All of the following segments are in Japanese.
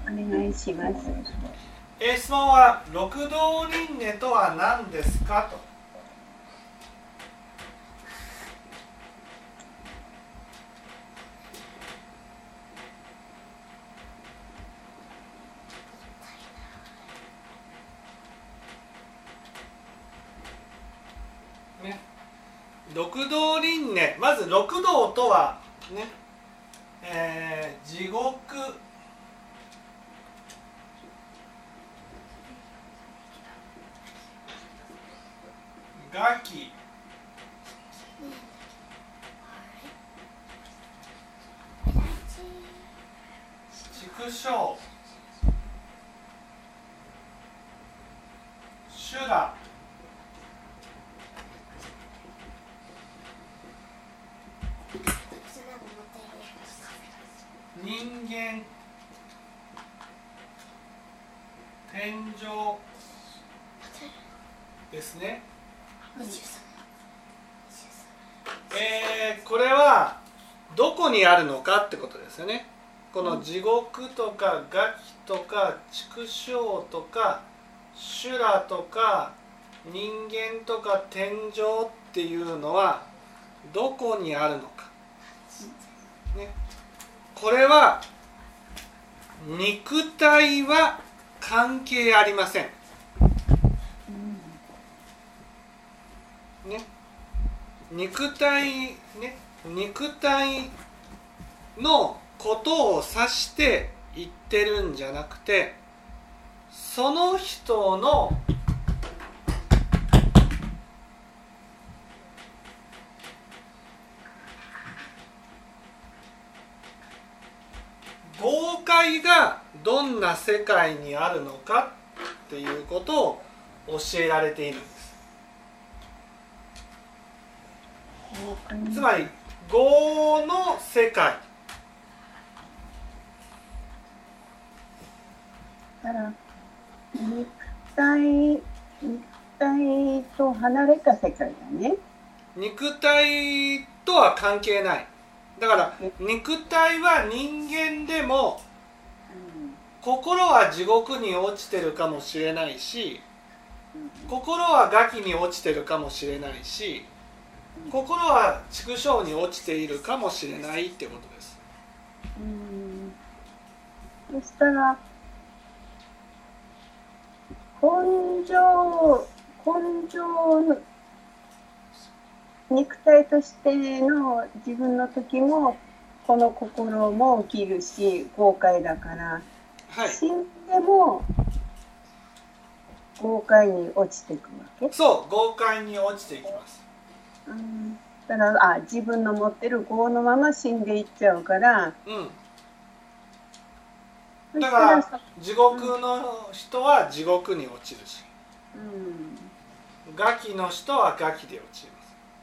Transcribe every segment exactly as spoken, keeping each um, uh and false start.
願いします。 えー、質問は六道輪廻とは何ですかと。ね、六道輪廻、まず六道とはね、えー、地獄、餓鬼、畜生、修羅、人間、天上ですね。えー、これはどこにあるのかってことですよね。この地獄とか餓鬼とか畜生とか修羅とか人間とか天上っていうのはどこにあるのか、ね、これは肉体は関係ありません、ね、肉体ね、肉体のことを指して言ってるんじゃなくて、その人の業界がどんな世界にあるのかっていうことを教えられているんです。つまり業の世界だから肉体肉体と離れた世界だね。 肉体とは関係ない。だから肉体は人間でも、うん、心は地獄に落ちてるかもしれないし、うん、心は餓鬼に落ちてるかもしれないし、うん、心は畜生に落ちているかもしれないってことです。 うん、そしたら根性根性の肉体としての自分の時もこの心も起きるし豪快だから、はい、死んでも豪快に落ちていくわけ。 そう豪快に落ちていきます、 うん、だからあ自分の持ってる業のまま死んでいっちゃうから、 うん、だから地獄の人は地獄に落ちるし、うん、餓鬼の人は餓鬼で落ちる。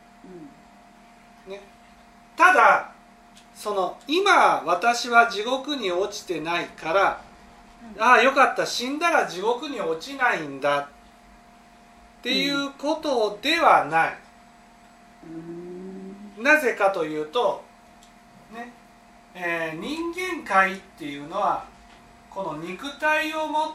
ね、ただその今私は地獄に落ちてないから、うん、ああよかった死んだら地獄に落ちないんだっていうことではない、うん、なぜかというと、ねえー、人間界っていうのはこの肉体を持って、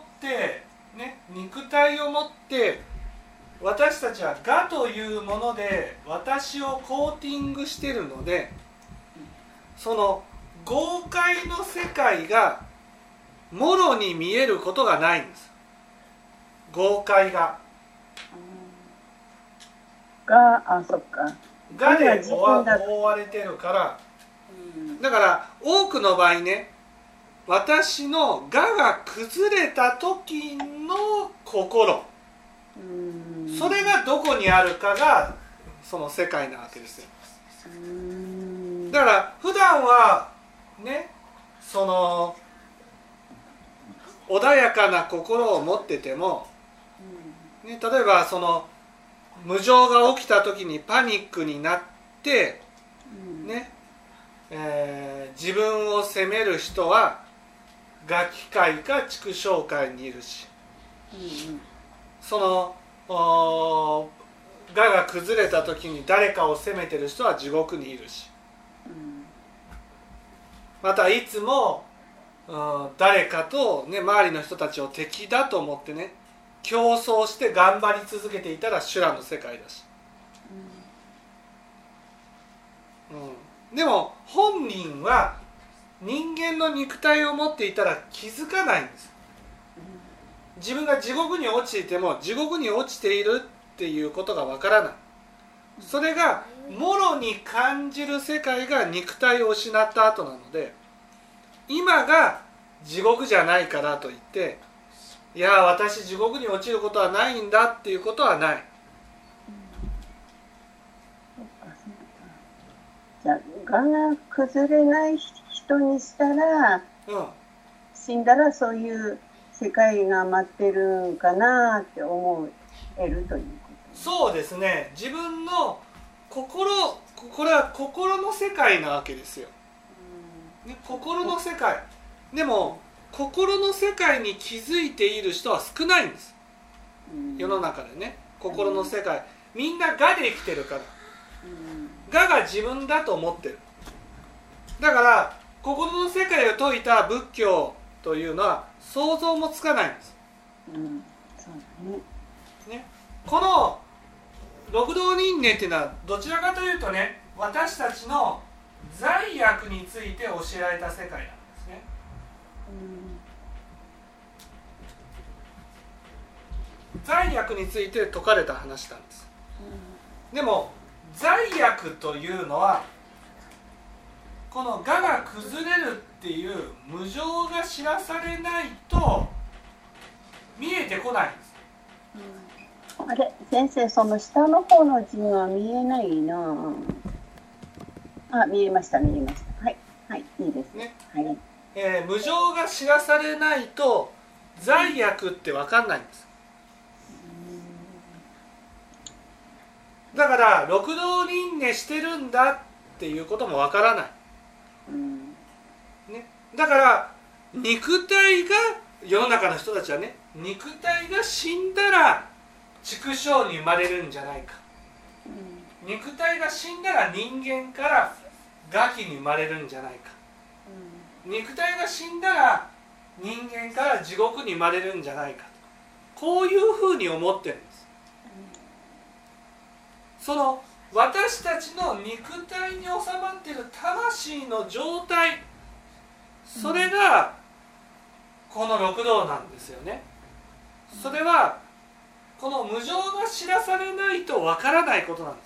ね、肉体を持って私たちは我というもので私をコーティングしているので、その豪快の世界がもろに見えることがないんです。豪快ががあそっか我で覆われてるから、だから多くの場合ね、私の我が崩れた時の心、それがどこにあるかがその世界なわけですよ。だから普段はね、その穏やかな心を持ってても、ね、例えばその無常が起きた時にパニックになって、ねえー、自分を責める人は餓鬼界か畜生界にいるし、その我が崩れた時に誰かを責めてる人は地獄にいるし、またいつもうん、誰かと、ね、周りの人たちを敵だと思ってね競争して頑張り続けていたら修羅の世界だし、うん、でも本人は人間の肉体を持っていたら気づかないんです。自分が地獄に落ちていても地獄に落ちているっていうことがわからない。それがもろに感じる世界が肉体を失った後なので、今が地獄じゃないからといっていや私地獄に落ちることはないんだっていうことはない。 じゃあ我が崩れない人にしたら、うん、死んだらそういう世界が待ってるんかなって思えるということ。 そうですね。自分の心、これは心の世界なわけですよ、うんね、心の世界でも心の世界に気づいている人は少ないんです、うん、世の中でね。心の世界、みんな我で生きてるから、うん、我が自分だと思ってる。だから心の世界を説いた仏教というのは想像もつかないんです、うんそうだねね、この六道輪廻っていうのはどちらかというとね、私たちの罪悪について教えられた世界なんですね、うん、罪悪について説かれた話なんです、うん、でも罪悪というのはこの我が崩れるっていう無常が知らされないと見えてこないんです、 うん、あれ先生、その下の方の字が見えないなあ。見えました見えました。はいはいいいですね、はいえー、無常が知らされないと罪悪って分かんないんです。だから六道輪廻してるんだっていうことも分からない、うんね、だから肉体が世の中の人たちはね、肉体が死んだら畜生に生まれるんじゃないか、うん、肉体が死んだら人間から餓鬼に生まれるんじゃないか、うん、肉体が死んだら人間から地獄に生まれるんじゃないか、こういうふうに思ってるんです、うん、その私たちの肉体に収まっている魂の状態、それがこの六道なんですよね。それはこの無常が知らされないとわからないことなんです、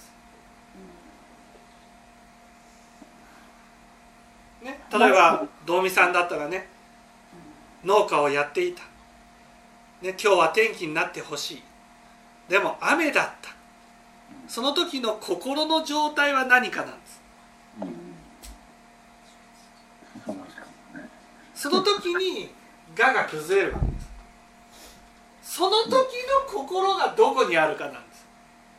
ね、例えば道美さんだったらね、農家をやっていた、ね、今日は天気になってほしい、でも雨だった、その時の心の状態は何かなんです、うん、その時に我が崩れるわけです。その時の心がどこにあるかなんです、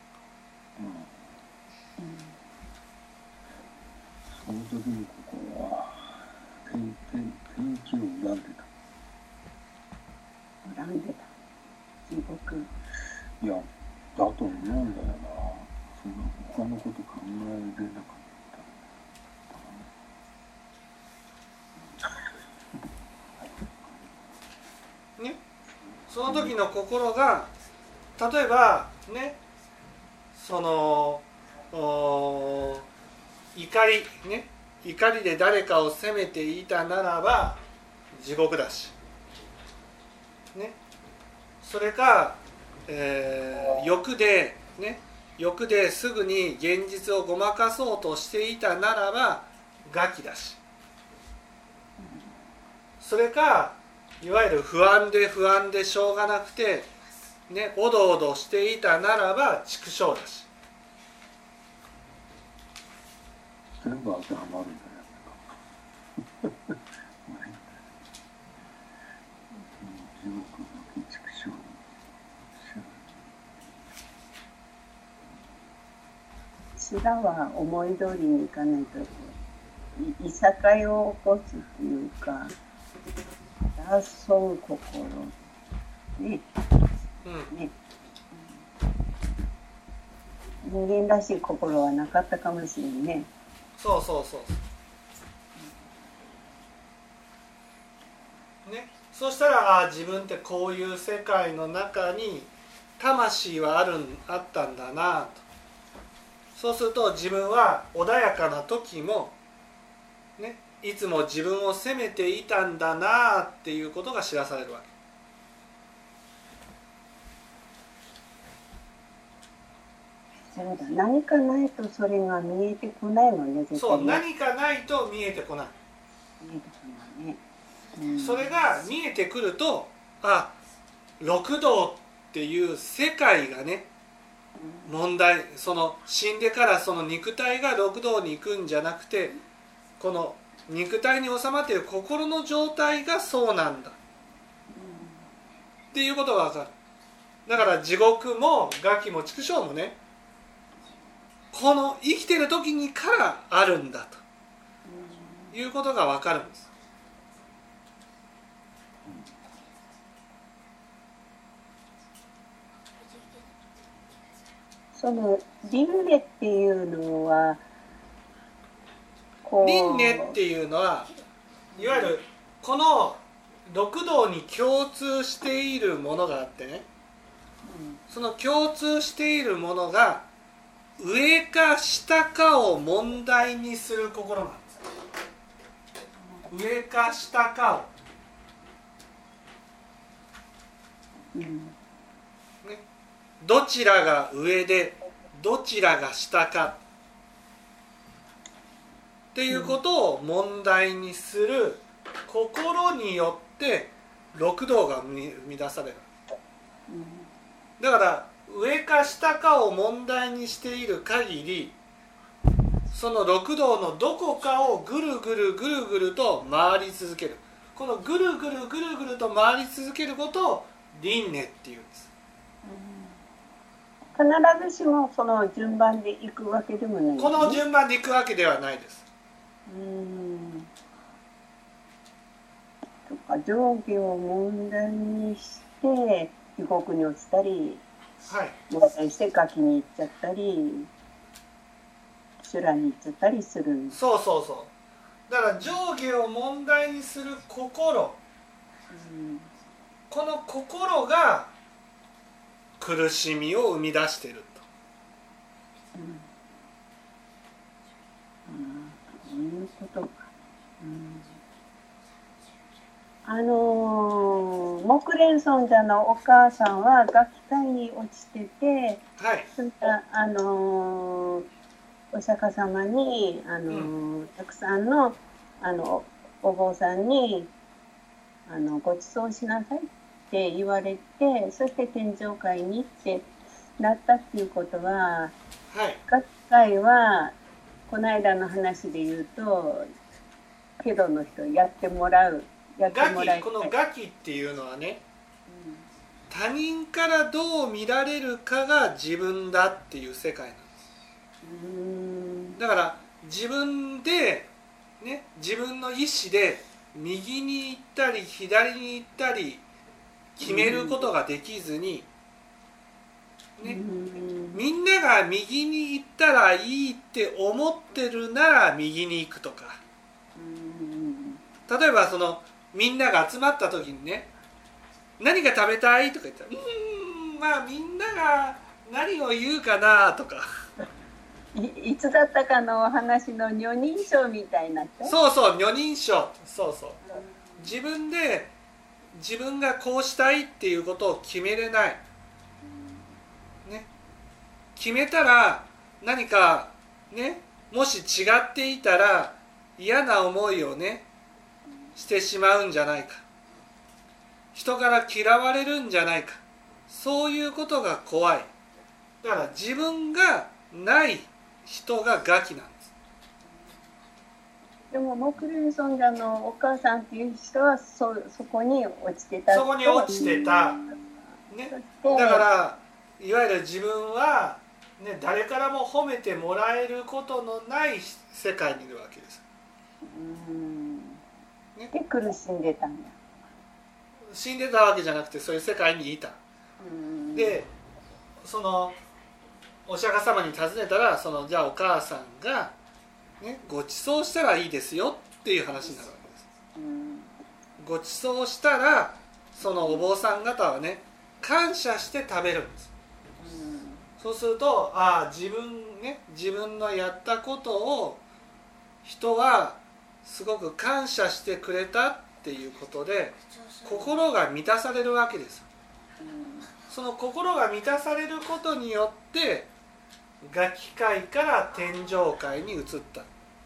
うんうん、その時の心は天、天、天気を恨んでた恨んでた地獄。 いやだと思うんだよな。そんな他のこと考えれなかったね。その時の心が例えばね、その怒りね、怒りで誰かを責めていたならば地獄だし、ね、それか、えー、欲でね、欲ですぐに現実をごまかそうとしていたならば餓鬼だし、それかいわゆる不安で不安でしょうがなくてね、おどおどしていたならば畜生だし、 全部当てはまるんだよ地獄の畜生。 修羅は思い通りにいかないとい、いさかいを起こすっていうか、争う心ね、うん、ね、人間らしい心はなかったかもしれんね。 そうそうそう。 ね、そしたらあ自分ってこういう世界の中に魂はあるあったんだなと。そうすると自分は穏やかな時も、ね、いつも自分を責めていたんだなっていうことが知らされるわけ。 そうだ、何かないとそれが見えてこないもんね。 そう、何かないと見えてこない。 見えてこないね。うん、 それが見えてくると、あ、六道っていう世界がね、問題、その死んでからその肉体が六道に行くんじゃなくて、この肉体に収まっている心の状態がそうなんだ、うん、っていうことが分かる。だから地獄も餓鬼も畜生もね、この生きてる時にからあるんだということが分かるんです。 その輪廻っていうのはこう輪廻っていうのはいわゆるこの六道に共通しているものがあってね、その共通しているものが上か下かを問題にする心なんです。上か下かを、 うんね、どちらが上でどちらが下かっていうことを問題にする心によって六道が生み出される。だから上か下かを問題にしている限り、その六道のどこかをぐるぐるぐるぐると回り続ける。このぐるぐるぐるぐると回り続けることを輪廻っていうんです。 必ずしもその順番で行くわけでもない、ね、 この順番で行くわけではないです。 うーんとか上下を問題にして地獄に落ちたり、 はい、 問題して餓鬼に行っちゃったり修羅に行っちゃったりするんです。 そうそうそう。だから上下を問題にする心、うん、この心が苦しみを生み出していると、 うんうん、そういうことか、うん、あのー、木蓮尊者のお母さんは餓鬼界に落ちてて、 はい、 それからあのー、お釈迦様に、あのーうん、たくさんの、あのお坊さんにあのご馳走しなさいって言われて、そして天上界に行ってなったっていうことは、 はい、 餓鬼界はこの間の話で言うとけどの人やってもらうやってもらいたい。 この餓鬼っていうのはね、うん、他人からどう見られるかが自分だっていう世界なんです。うーん、だから自分でね、自分の意思で右に行ったり左に行ったり決めることができずに、ね、みんなが右に行ったらいいって思ってるなら右に行くとか、例えばそのみんなが集まった時にね、何が食べたいとか言ったら、うーん、まあみんなが何を言うかなとかい, いつだったかの話の女人賞みたいな。 そうそう、女人賞。そうそう、自分で自分がこうしたいっていうことを決めれない、ね、決めたら何かね、もし違っていたら嫌な思いをねしてしまうんじゃないか、人から嫌われるんじゃないか、そういうことが怖い。だから自分がない人が餓鬼なんです。 でも木蓮尊者のお母さんっていう人は そ, そこに落ちてた。 そこに落ちてた、ね、だからいわゆる自分は、ね、誰からも褒めてもらえることのない世界にいるわけです。 うん、ね、で苦しんでたんだ。 死んでたわけじゃなくてそういう世界にいた。うんでそのお釈迦様に尋ねたら、そのじゃあお母さんが、ね、ご馳走したらいいですよっていう話になるわけです。うん、 ご馳走したらそのお坊さん方はね感謝して食べるんです。そうするとああ自分ね自分のやったことを人はすごく感謝してくれたっていうことで心が満たされるわけです。その心が満たされることによって餓鬼界から天上界に移った。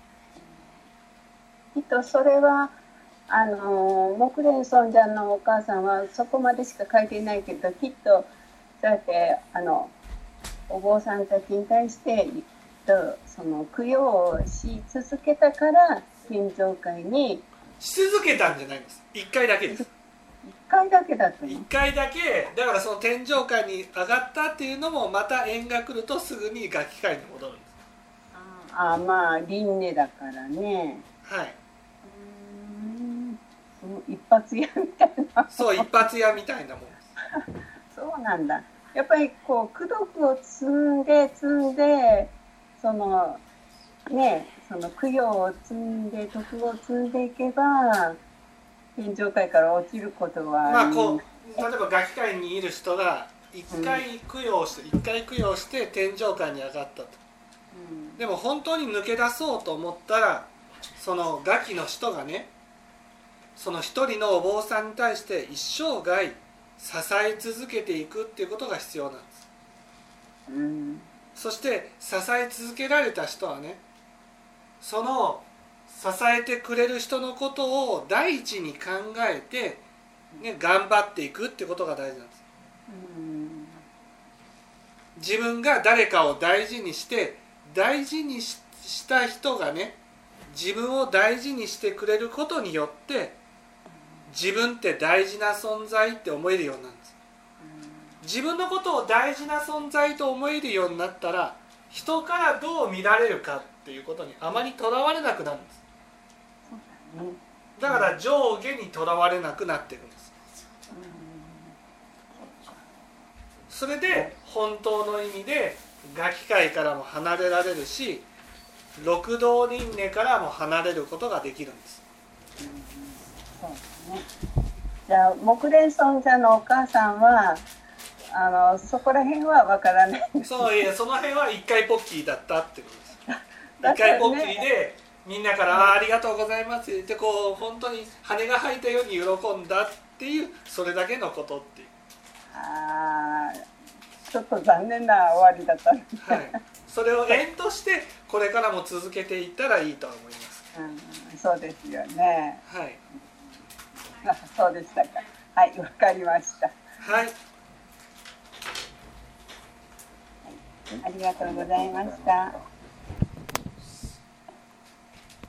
きっとそれはあの木蓮尊者のお母さんはそこまでしか書いていないけど、きっとそうやってあのお坊さんたちに対してその供養をし続けたから天上界にし続けたんじゃないんです。一回だけです。 一回だけだったの。 一回だけだからその天上界に上がったっていうのもまた縁が来るとすぐに餓鬼界に戻るんです。 ああまあ輪廻だからね。 はい。 一発屋みたいな。 そう一発屋みたいなもんです。 そうなんだ。やっぱりこう功徳を積んで積んでそのねその供養を積んで徳を積んでいけば天上界から落ちることはまあこう例えば餓鬼界にいる人が一回供養して一、うん、回供養して天上界に上がったと、うん、でも本当に抜け出そうと思ったらその餓鬼の人がねその一人のお坊さんに対して一生涯支え続けていくっていうことが必要なんです、うん、そして支え続けられた人はねその支えてくれる人のことを第一に考えて、ね、頑張っていくっていうことが大事なんです、うん、自分が誰かを大事にして大事にした人がね自分を大事にしてくれることによって自分って大事な存在って思えるようになるんです。自分のことを大事な存在と思えるようになったら人からどう見られるかっていうことにあまりとらわれなくなるんです。だから上下にとらわれなくなっていくんです。それで本当の意味で餓鬼界からも離れられるし六道輪廻からも離れることができるんです。 そうですね。じゃあ木蓮尊者のお母さんはあのそこら辺はわからない。 そういやその辺は一回ポッキーだったってことです。一回ポッキーでみんなから あ, ありがとうございますってこう本当に羽が生えたように喜んだっていうそれだけのことっていう。 ああちょっと残念な終わりだった、ね。 はい。それを縁としてこれからも続けていったらいいと思います。 うん、そうですよね。 はい。 あ、そうでしたか。はい、わかりました。 はい。 ありがとうございました。